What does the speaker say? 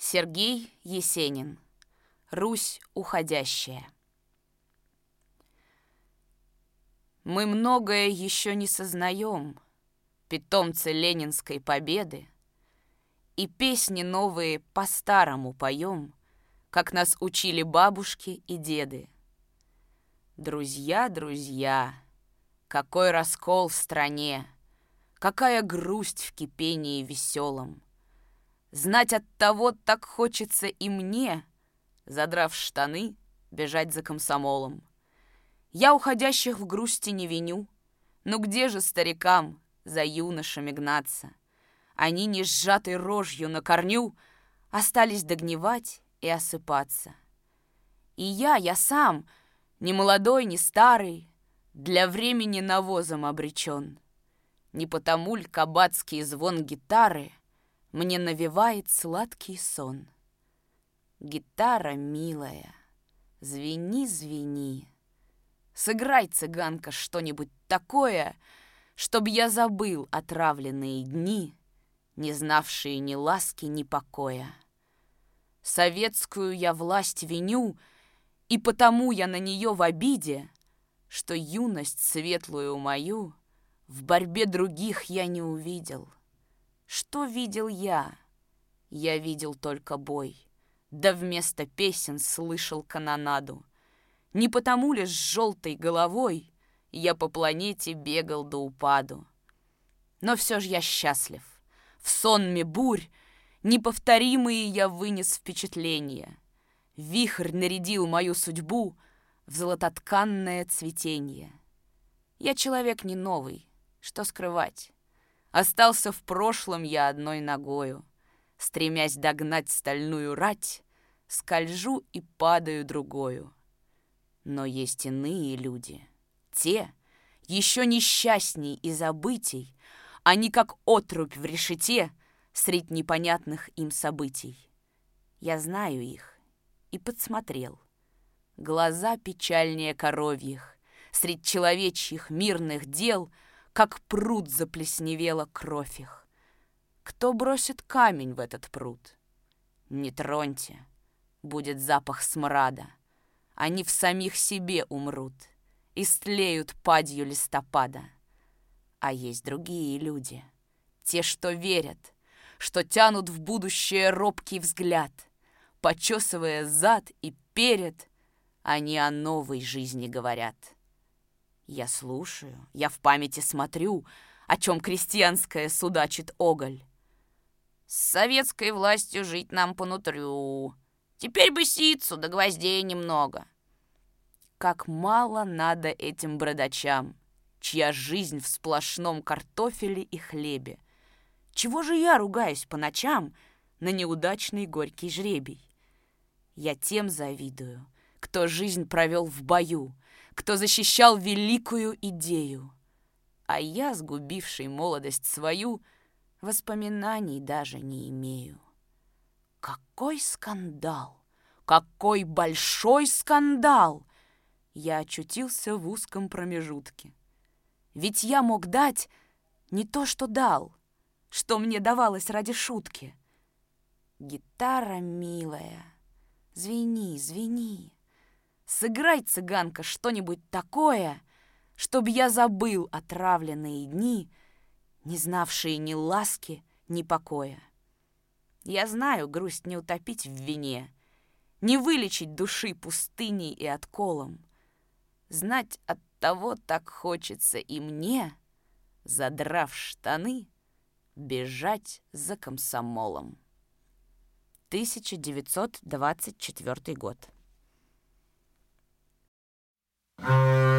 Сергей Есенин. Русь уходящая. Мы многое еще не сознаем, питомцы ленинской победы, и песни новые по-старому поем, как нас учили бабушки и деды. Друзья, друзья, какой раскол в стране, какая грусть в кипении веселом. Знать от того так хочется и мне, задрав штаны, бежать за комсомолом. Я уходящих в грусти не виню, но где же старикам за юношами гнаться? Они, не сжатой рожью на корню, остались догнивать и осыпаться. И я сам, ни молодой, ни старый, для времени навозом обречен. Не потому ль кабацкий звон гитары мне навевает сладкий сон. Гитара милая, звени, звени, сыграй, цыганка, что-нибудь такое, чтоб я забыл отравленные дни, не знавшие ни ласки, ни покоя. Советскую я власть виню, и потому я на нее в обиде, что юность светлую мою в борьбе других я не увидел. Что видел я? Я видел только бой, да вместо песен слышал канонаду. Не потому ли с желтой головой я по планете бегал до упаду? Но все ж я счастлив. В сонме бурь неповторимые я вынес впечатления. Вихрь нарядил мою судьбу в золототканное цветенье. Я человек не новый, что скрывать. Остался в прошлом я одной ногою. Стремясь догнать стальную рать, скольжу и падаю другою. Но есть иные люди, те, еще несчастней и забытий, они как отрубь в решете средь непонятных им событий. Я знаю их и подсмотрел. Глаза печальнее коровьих, средь человечьих мирных дел, как пруд заплесневела кровь их. Кто бросит камень в этот пруд? Не троньте, будет запах смрада. Они в самих себе умрут, истлеют падью листопада. А есть другие люди, те, что верят, что тянут в будущее робкий взгляд. Почесывая зад и перед, они о новой жизни говорят. Я слушаю, я в памяти смотрю, о чем крестьянская судачит оголь. С советской властью жить нам понутрю. Теперь бы ситцу да гвоздей немного. Как мало надо этим бородачам, чья жизнь в сплошном картофеле и хлебе. Чего же я ругаюсь по ночам на неудачный горький жребий? Я тем завидую, кто жизнь провел в бою, кто защищал великую идею. А я, сгубивший молодость свою, воспоминаний даже не имею. Какой скандал! Какой большой скандал! Я очутился в узком промежутке. Ведь я мог дать не то, что дал, что мне давалось ради шутки. Гитара милая, звени, звени. Сыграй, цыганка, что-нибудь такое, чтоб я забыл отравленные дни, не знавшие ни ласки, ни покоя. Я знаю, грусть не утопить в вине, не вылечить души пустыней и отколом. Знать от того так хочется и мне, задрав штаны, бежать за комсомолом. 1924 год.